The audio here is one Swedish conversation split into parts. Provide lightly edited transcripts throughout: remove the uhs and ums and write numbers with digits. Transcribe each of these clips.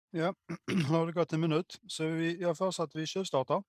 Ja, har det gått en minut, så jag föreslår att vi tjuvstartar.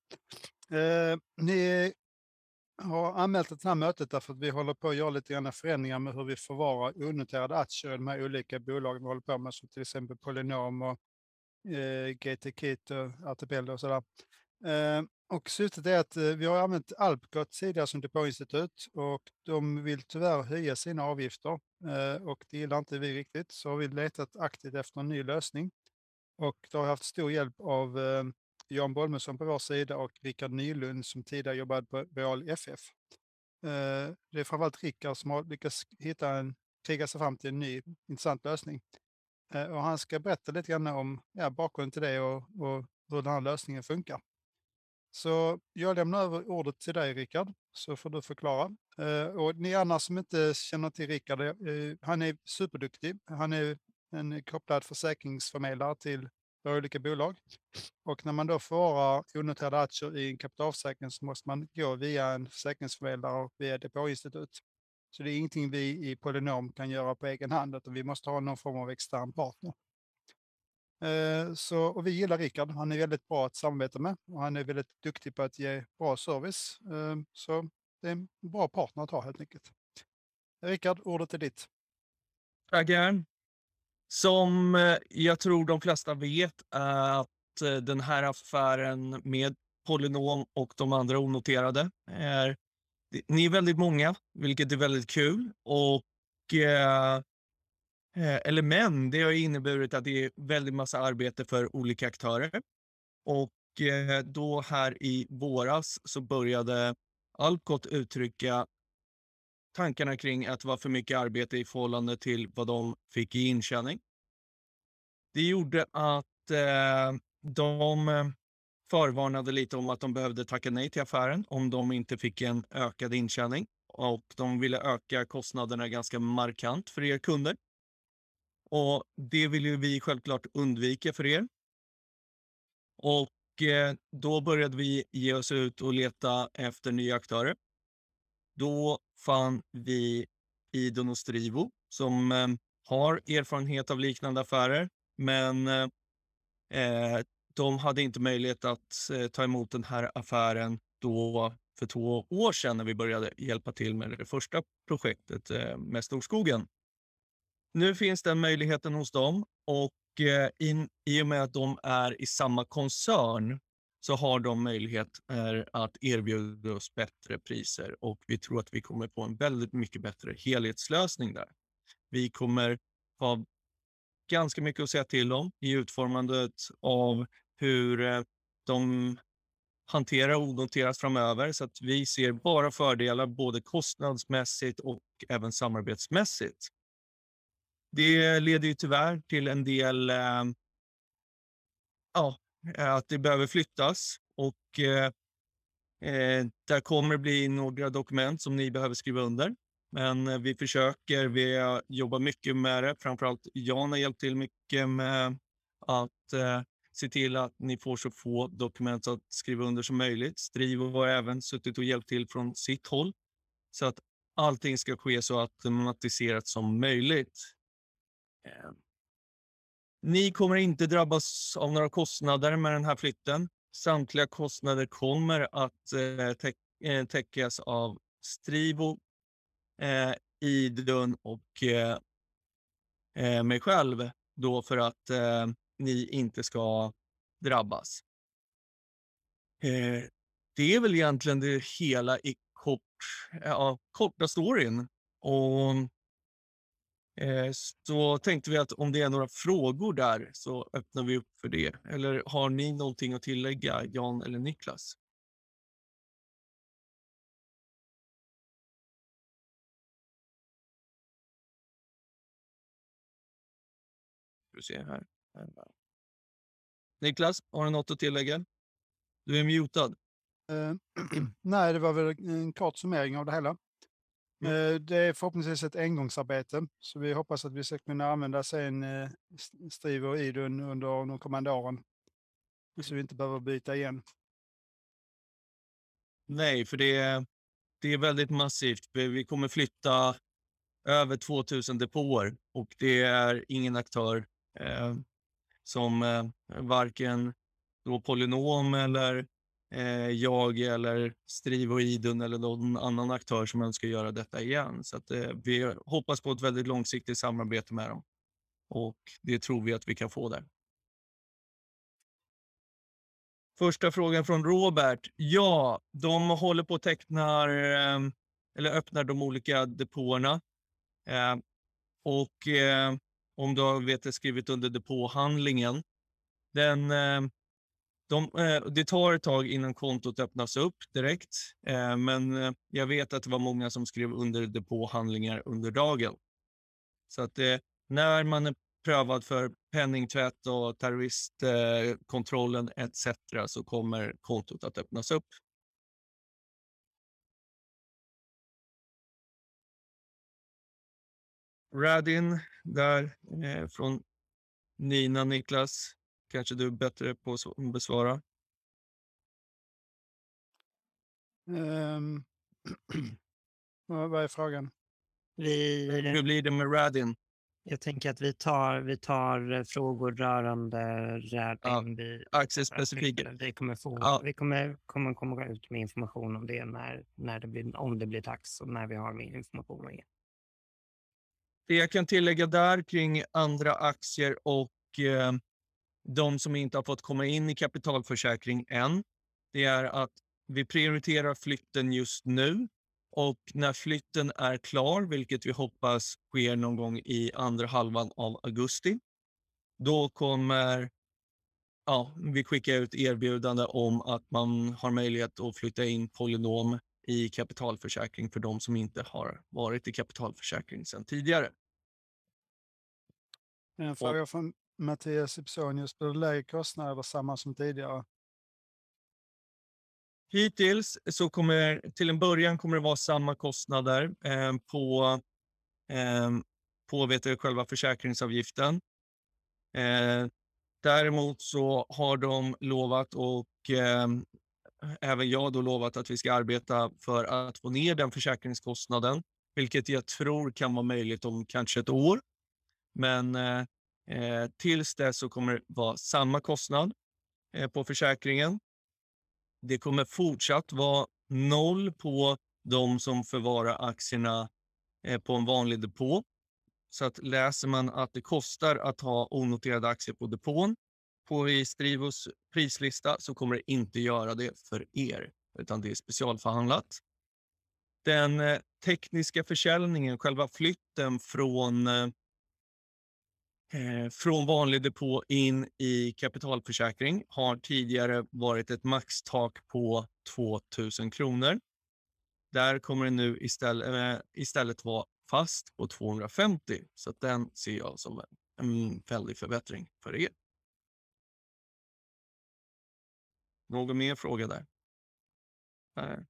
Ni har anmält det här mötet därför att vi håller på att göra lite grann förändringar med hur vi förvarar onoterade aktier i de här olika bolagen vi håller på med, som till exempel Polynom och GT Kit och RTPL och sådär. Och syftet är att vi har använt Alpgott tidigare som depåinstitut och de vill tyvärr höja sina avgifter och det gillar inte vi riktigt, så har vi letat aktivt efter en ny lösning. Och då har jag haft stor hjälp av Jan Bolmesson på vår sida och Rickard Nylund som tidigare jobbade på Real FF. Det är framförallt Rickard som har lyckats kriga sig fram till en ny intressant lösning. Och han ska berätta lite grann om bakgrunden till det och hur den här lösningen funkar. Så jag lämnar över ordet till dig, Rickard, så får du förklara. Och ni andra som inte känner till Rickard, han är superduktig. Han är en kopplad försäkringsförmedlare till våra olika bolag. Och när man då förvarar onoterade aktier i en kapitalförsäkring så måste man gå via en försäkringsförmedlare och via depåinstitut. Så det är ingenting vi i Polynom kan göra på egen hand, utan vi måste ha någon form av extern partner. Och vi gillar Rickard, han är väldigt bra att samarbeta med och han är väldigt duktig på att ge bra service. Så det är en bra partner att ha helt enkelt. Rickard, ordet är ditt. Tackar. Som jag tror de flesta vet är att den här affären med Polynom och de andra onoterade ni är väldigt många, vilket är väldigt kul. Men det har inneburit att det är väldigt massa arbete för olika aktörer. Och då här i våras så började Alpgott uttrycka tankarna kring att det var för mycket arbete i förhållande till vad de fick i intjäning. Det gjorde att de förvarnade lite om att de behövde tacka nej till affären om de inte fick en ökad intjäning. Och de ville öka kostnaderna ganska markant för er kunder. Och det vill ju vi självklart undvika för er. Och då började vi ge oss ut och leta efter nya aktörer. Då fann vi Idun och Strivo som har erfarenhet av liknande affärer. Men de hade inte möjlighet att ta emot den här affären då för 2 år sedan när vi började hjälpa till med det första projektet med Storskogen. Nu finns den möjligheten hos dem och i och med att de är i samma koncern så har de möjlighet att erbjuda oss bättre priser och vi tror att vi kommer få en väldigt mycket bättre helhetslösning där. Vi kommer ha ganska mycket att säga till om i utformandet av hur de hanterar onoterat framöver så att vi ser bara fördelar både kostnadsmässigt och även samarbetsmässigt. Det leder ju tyvärr till en del att det behöver flyttas och där kommer det bli några dokument som ni behöver skriva under. Men vi jobbar mycket med det. Framförallt Jan har hjälpt till mycket med att se till att ni får så få dokument att skriva under som möjligt. Strivo har även suttit och hjälpt till från sitt håll. Så att allting ska ske så automatiserat som möjligt. Ni kommer inte drabbas av några kostnader med den här flytten. Samtliga kostnader kommer att täckas av Strivo, Idun och mig själv då för att ni inte ska drabbas. Det är väl egentligen det hela i korta storyn. Och så tänkte vi att om det är några frågor där så öppnar vi upp för det. Eller har ni någonting att tillägga, Jan eller Niklas? Vi ser här. Niklas, har du något att tillägga? Du är mutad. Nej, det var väl en kort summering av det hela. Det är förhoppningsvis ett engångsarbete, så vi hoppas att vi ska kunna använda sen Strivo och Idun under de kommande åren. Så vi inte behöver byta igen. Nej, för det är väldigt massivt. Vi kommer flytta över 2000 depåer och det är ingen aktör som varken då Polynom eller jag eller Strivo och Idun eller någon annan aktör som önskar göra detta igen. Så att, vi hoppas på ett väldigt långsiktigt samarbete med dem. Och det tror vi att vi kan få där. Första frågan från Robert. Ja, de håller på att tecknar eller öppnar de olika depåerna. Om du har skrivit under depåhandlingen. Det tar ett tag innan kontot öppnas upp direkt. Men jag vet att det var många som skrev under depåhandlingar under dagen. Så att när man är prövad för penningtvätt och terroristkontrollen etc. så kommer kontot att öppnas upp. Radin där från Nina Niklas. Kanske du är bättre på att besvara. Vad är frågan? Hur blir det med Radin? Jag tänker att vi tar frågor rörande Radin. Aktiespecifika. Vi kommer komma ut med information om det om det blir dags och när vi har mer information om det. Det jag kan tillägga där kring andra aktier och de som inte har fått komma in i kapitalförsäkring än, det är att vi prioriterar flytten just nu. Och när flytten är klar, vilket vi hoppas sker någon gång i andra halvan av augusti, då kommer vi skicka ut erbjudande om att man har möjlighet att flytta in Polynom i kapitalförsäkring för de som inte har varit i kapitalförsäkring sedan tidigare. En fråga från Mattias Ipsonius. Blir det lägre kostnader eller samma som tidigare? Hittills så till en början kommer det vara samma kostnader på själva försäkringsavgiften. Däremot så har de lovat och även jag då lovat att vi ska arbeta för att få ner den försäkringskostnaden, vilket jag tror kan vara möjligt om kanske ett år. Men tills dess så kommer det vara samma kostnad på försäkringen. Det kommer fortsatt vara 0 på de som förvarar aktierna på en vanlig depå. Så att läser man att det kostar att ha onoterade aktier på depån på Strivos prislista så kommer det inte göra det för er, utan det är specialförhandlat. Den tekniska försäljningen, själva flytten från vanlig depå in i kapitalförsäkring har tidigare varit ett maxtak på 2000 kronor. Där kommer det nu istället vara fast på 250. Så att den ser jag som en väldig förbättring för er. Någon mer fråga där? Nej.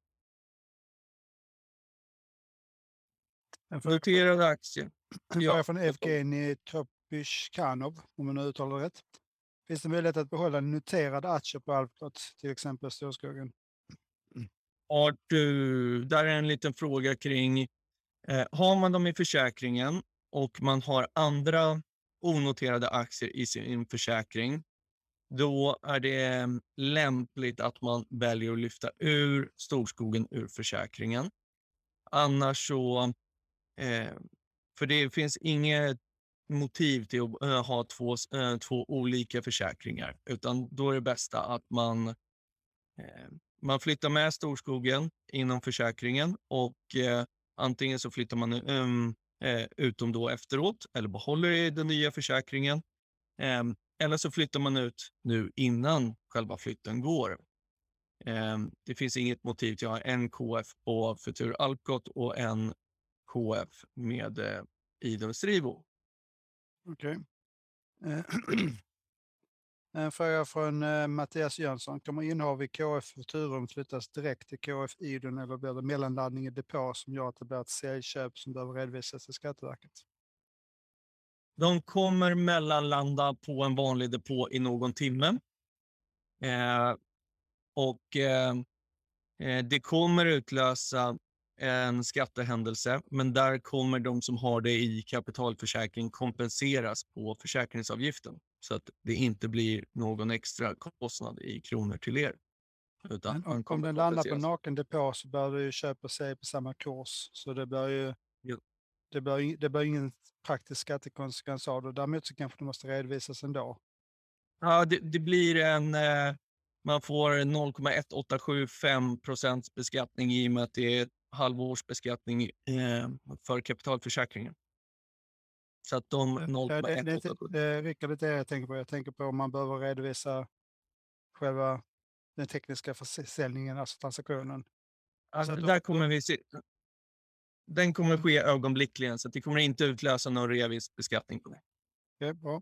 Noterade aktier. En fråga från Evgenij Tropishkanov, om man nu uttalar det rätt. Finns det möjlighet att behålla noterade aktier på Alpcot, till exempel Storskogen? Där är en liten fråga kring, har man dem i försäkringen och man har andra onoterade aktier i sin försäkring, då är det lämpligt att man väljer att lyfta ur Storskogen ur försäkringen. Annars så, för det finns inget motiv till att ha två olika försäkringar, utan då är det bästa att man flyttar med Storskogen inom försäkringen och antingen så flyttar man ut dem då efteråt eller behåller i den nya försäkringen, eller så flyttar man ut nu innan själva flytten går. Det finns inget motiv till att ha en KF på Futur Alpcot och en KF med Idun Strivo. Okej. En fråga från Mattias Jönsson. Kommer innehav i KF Futurum flyttas direkt till KF Idun eller blir det mellanladdning i depå som gör att det blir ett säljköp som behöver redovisas till Skatteverket? De kommer mellanlanda på en vanlig depå i någon timme. Det kommer utlösa en skattehändelse, men där kommer de som har det i kapitalförsäkring kompenseras på försäkringsavgiften. så att det inte blir någon extra kostnad i kronor till er. Utan Men man om kommer den landar på kompenseras. naken depå så bör du ju köpa och sälja på samma kurs. Så det bör ju Ja. det bör ingen praktisk skattekonsekvens av det. Däremot så kanske det måste redovisas ändå. Ja, det blir man får 0,1875% beskattning i och med att det är halvårsbeskattning för kapitalförsäkringen. Så att de Det är inte 0,187. Rickard, det jag tänker på. Jag tänker på om man behöver redovisa själva den tekniska försäljningen, alltså transaktionen. Alltså, så där kommer vi se. Den kommer ske ögonblickligen, så att det kommer inte utlösa någon reavinstbeskattning på det. Okej, bra.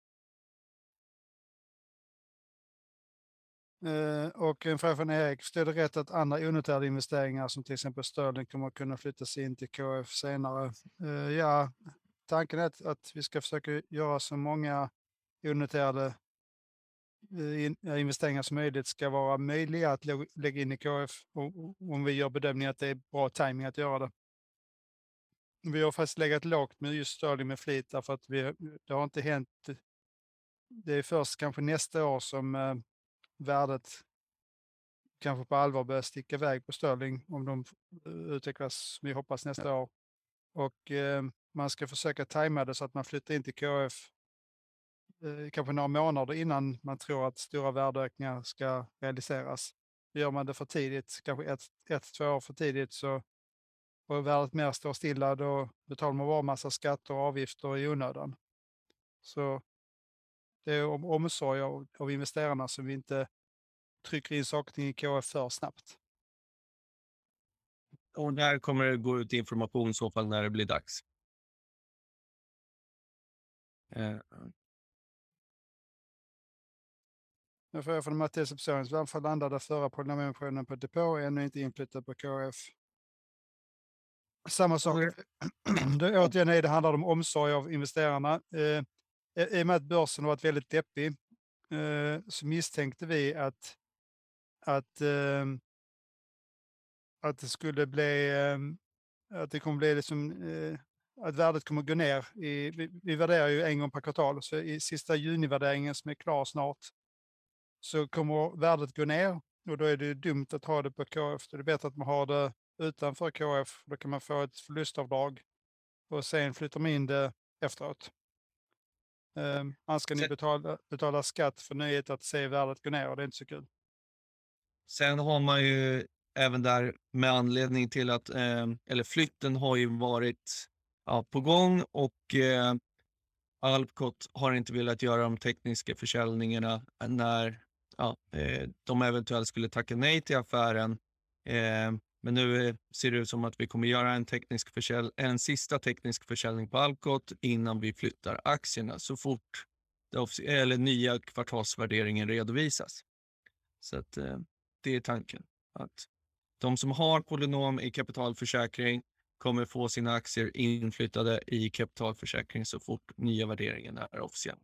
Och en fråga från Erik. Förstår det rätt att andra onoterade investeringar som till exempel Sterling kommer att kunna flyttas in till KF senare? Ja, tanken är att vi ska försöka göra så många onoterade investeringar som möjligt ska vara möjliga att lägga in i KF om vi gör bedömningen att det är bra timing att göra det. Vi har faktiskt legat lågt med just Sterling med flit därför att det har inte hänt. Det är först kanske nästa år som värdet kanske på allvar börjar sticka iväg på Sterling om de utvecklas som vi hoppas nästa år. Och man ska försöka tajma det så att man flyttar in till KF kanske några månader innan man tror att stora värdeökningar ska realiseras. Gör man det för tidigt, kanske 1-2 år för tidigt, så och värdet mer står stilla, då betalar man bara massa skatter och avgifter i onödan. Så det är omsorg av investerarna som vi inte trycker in saker i KF för snabbt. Och där kommer det gå ut information i så fall när det blir dags. Jag får från Mattias Epsonius. Varför landade förra polynomemotionen på depå ännu inte inflyttad på KF? Samma sak. Återigen det handlar om omsorg av investerarna. I och med att börsen har varit väldigt deppig så misstänkte vi att det skulle bli att det kommer bli liksom, att värdet kommer gå ner. Vi värderar ju en gång per kvartal, så i sista junivärderingen som är klar snart så kommer värdet gå ner och då är det dumt att ha det på KF. Det är bättre att man har det utanför KF. Då kan man få ett förlustavdrag och sen flyttar man in det efteråt. Annars ska ni betala skatt för nöjet att se värdet gå ner och det är inte så kul. Sen har man ju även där med anledning till att eller flytten har ju varit på gång och Alpcot har inte velat göra de tekniska försäljningarna när de eventuellt skulle tacka nej till affären. Men nu ser det ut som att vi kommer göra en sista teknisk försäljning på Alpcot innan vi flyttar aktierna så fort nya kvartalsvärderingen redovisas. Så att det är tanken att de som har polynom i kapitalförsäkring kommer få sina aktier inflyttade i kapitalförsäkring så fort nya värderingen är officiell.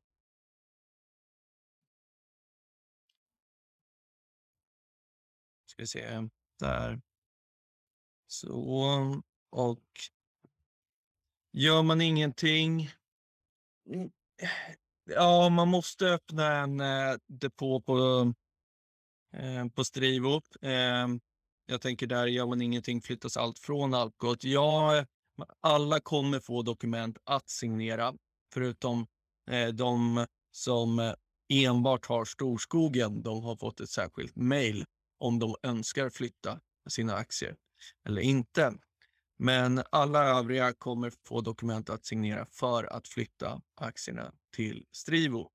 Ska vi se där. Så, och gör man ingenting. Ja, man måste öppna en depå på Strivo. Jag tänker där gör man ingenting flyttas allt från Alpcot. Ja, alla kommer få dokument att signera förutom de som enbart har Storskogen. De har fått ett särskilt mejl om de önskar flytta sina aktier eller inte. Men alla övriga kommer få dokument att signera för att flytta aktierna till Strivo.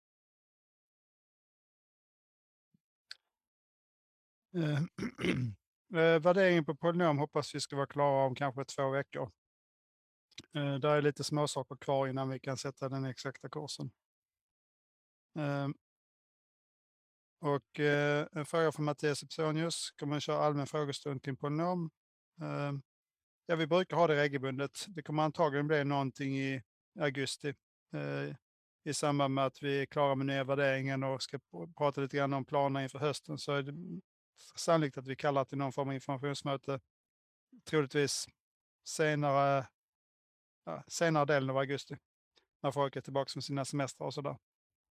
Värderingen på polynom hoppas vi ska vara klara om kanske 2 veckor. Där är lite småsaker kvar innan vi kan sätta den exakta kursen. Och en fråga från Mattias Epsonius. Kommer man köra allmän frågestund till polynom? Ja, vi brukar ha det regelbundet. Det kommer antagligen bli någonting i augusti i samband med att vi är klara med nya värderingen och ska prata lite grann om planerna inför hösten, så är det sannolikt att vi kallar till någon form av informationsmöte. Troligtvis senare delen av augusti när folk är tillbaka med sina semester och sådär.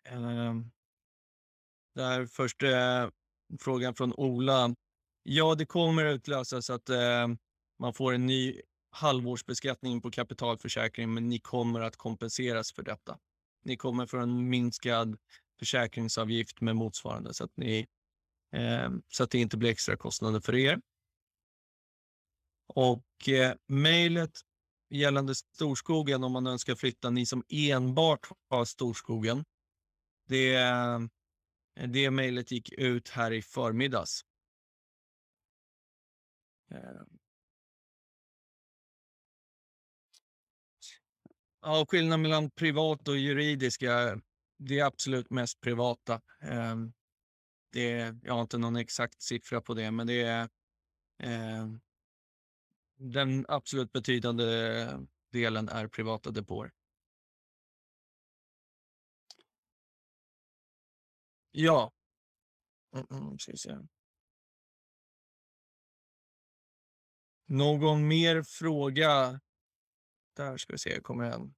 Där först frågan från Ola. Ja, det kommer utlösas att man får en ny halvårsbeskattning på kapitalförsäkring, men ni kommer att kompenseras för detta. Ni kommer få en minskad försäkringsavgift med motsvarande så att det inte blir extra kostnader för er. Och mejlet gällande storskogen, om man önskar flytta, ni som enbart har storskogen, det mejlet gick ut här i förmiddags. Ja, skillnaden mellan privat och juridiska, det är absolut mest privata. Jag har inte någon exakt siffra på det, men det är den absolut betydande delen är privata depåer. Ja. Ska vi se. Någon mer fråga? Där ska vi se, kommer en.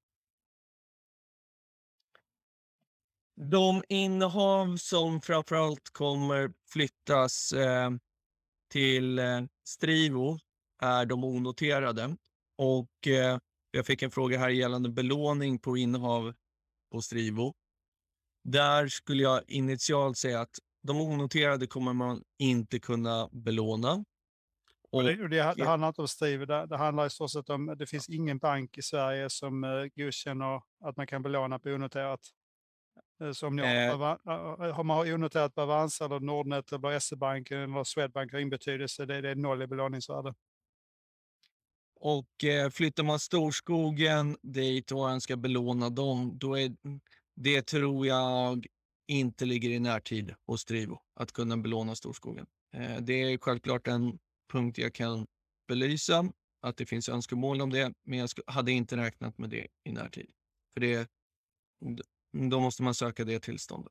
De innehav som framförallt kommer flyttas till Strivo är de onoterade. Och jag fick en fråga här gällande belåning på innehav på Strivo. Där skulle jag initialt säga att de onoterade kommer man inte kunna belåna. Det handlar inte om Strivo, det handlar i stort sett om att det finns ingen bank i Sverige som godkänner att man kan belåna på onoterat. Så om har man onoterat på Avanza eller Nordnet eller SE-banken eller Swedbank har ingen betydelse, det är noll i belåningsvärde. Och flyttar man storskogen dit och önskar belåna dem, det tror jag inte ligger i närtid hos Strivo att kunna belåna storskogen. Det är självklart en punkt jag kan belysa, att det finns önskemål om det, men jag hade inte räknat med det i närtid. För då måste man söka det tillståndet.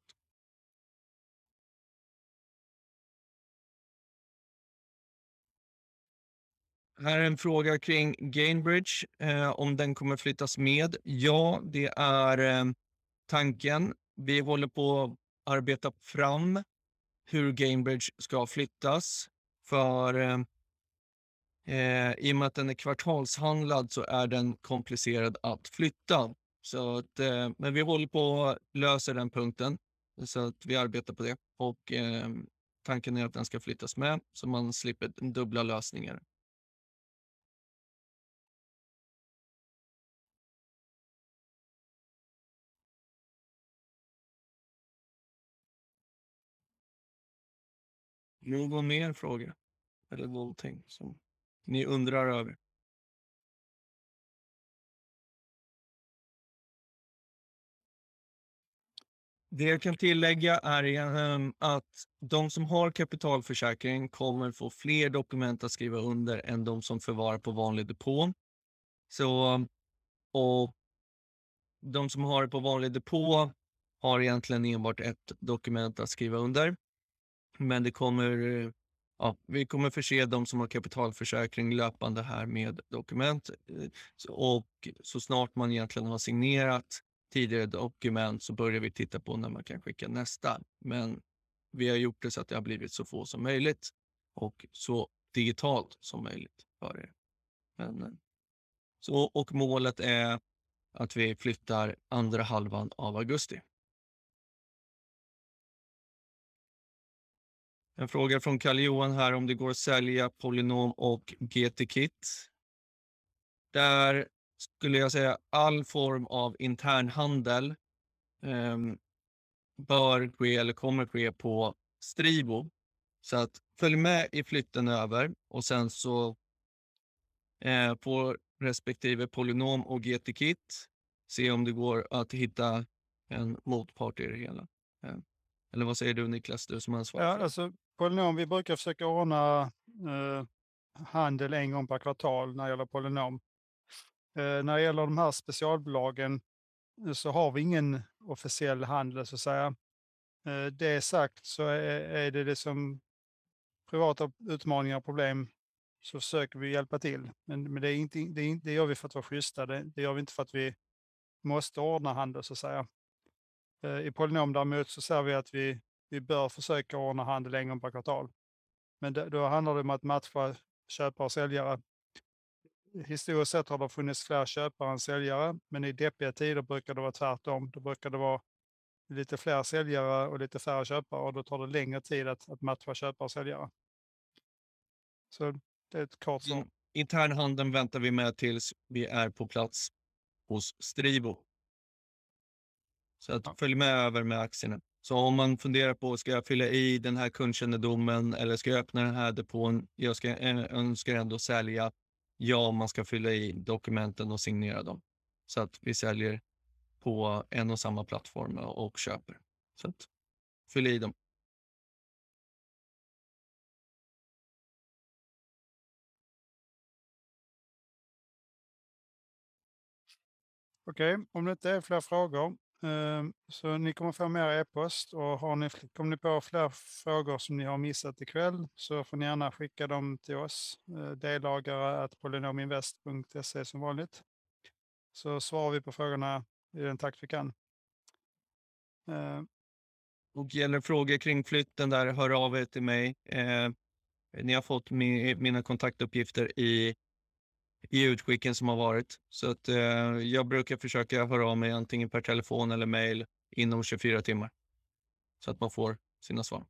Här är en fråga kring Gainbridge, om den kommer flyttas med. Ja, det är tanken. Vi håller på att arbeta fram hur Gainbridge ska flyttas. För i och med att den är kvartalshandlad så är den komplicerad att flytta. Så att, men vi håller på att lösa den punkten. Så att vi arbetar på det. Och tanken är att den ska flyttas med så man slipper dubbla lösningar. Någon mer fråga? Eller någonting som ni undrar över? Det jag kan tillägga är att de som har kapitalförsäkring kommer få fler dokument att skriva under än de som förvarar på vanlig depå. Och de som har det på vanlig depå har egentligen enbart ett dokument att skriva under. Men vi kommer förse de som har kapitalförsäkring löpande här med dokument. Och så snart man egentligen har signerat tidigare dokument så börjar vi titta på när man kan skicka nästa. Men vi har gjort det så att det har blivit så få som möjligt och så digitalt som möjligt för er. Och målet är att vi flyttar andra halvan av augusti. En fråga från Karl-Johan här om det går att sälja Polynom och GT-kit. Där skulle jag säga all form av internhandel bör ske eller kommer ske på Strivo. Så att följ med i flytten över och sen så på respektive Polynom och GT-kit se om det går att hitta en motpart i det hela. Eller vad säger du Niklas, du som ansvarig? Ja, alltså Polynom, vi brukar försöka ordna handel en gång per kvartal när det gäller Polynom. När det gäller de här specialbolagen så har vi ingen officiell handel så att säga. Det sagt så är det som privata utmaningar och problem så försöker vi hjälpa till. Men det gör vi för att vara schyssta. Det gör vi inte för att vi måste ordna handel så att säga. I Polynom däremot så ser vi att vi bör försöka ordna handel en gång per kvartal. Men då handlar det om att matcha köpare och säljare. Historiskt sett har det funnits fler köpare än säljare, men i deppiga tider brukar det vara tvärtom. Då brukar det vara lite fler säljare och lite färre köpare, och då tar det längre tid att matcha köpare och säljare. Så det är ett kort svar. Den internhandeln väntar vi med tills vi är på plats hos Stribo. Så att följ med över med aktierna. Så om man funderar på, ska jag fylla i den här kundkännedomen eller ska jag öppna den här depån? Jag önskar ändå sälja. Ja, man ska fylla i dokumenten och signera dem. Så att vi säljer på en och samma plattform och köper. Så att fyll i dem. Okej, om det inte är fler frågor så ni kommer få mer e-post, och kommer ni på fler frågor som ni har missat ikväll så får ni gärna skicka dem till oss, delagare@polynominvest.se som vanligt. Så svarar vi på frågorna i den takt vi kan. Och gäller frågor kring flytten där, hör av er till mig. Ni har fått mina kontaktuppgifter i utskicken som har varit. Så att jag brukar försöka höra av mig antingen per telefon eller mejl inom 24 timmar. Så att man får sina svar.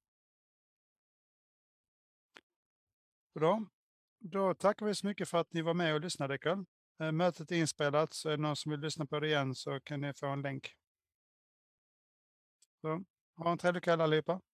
Bra. Då tackar vi så mycket för att ni var med och lyssnade ikväll. Mötet är inspelat, så är det någon som vill lyssna på det igen så kan ni få en länk. Så, ha en trevlig kväll allihopa.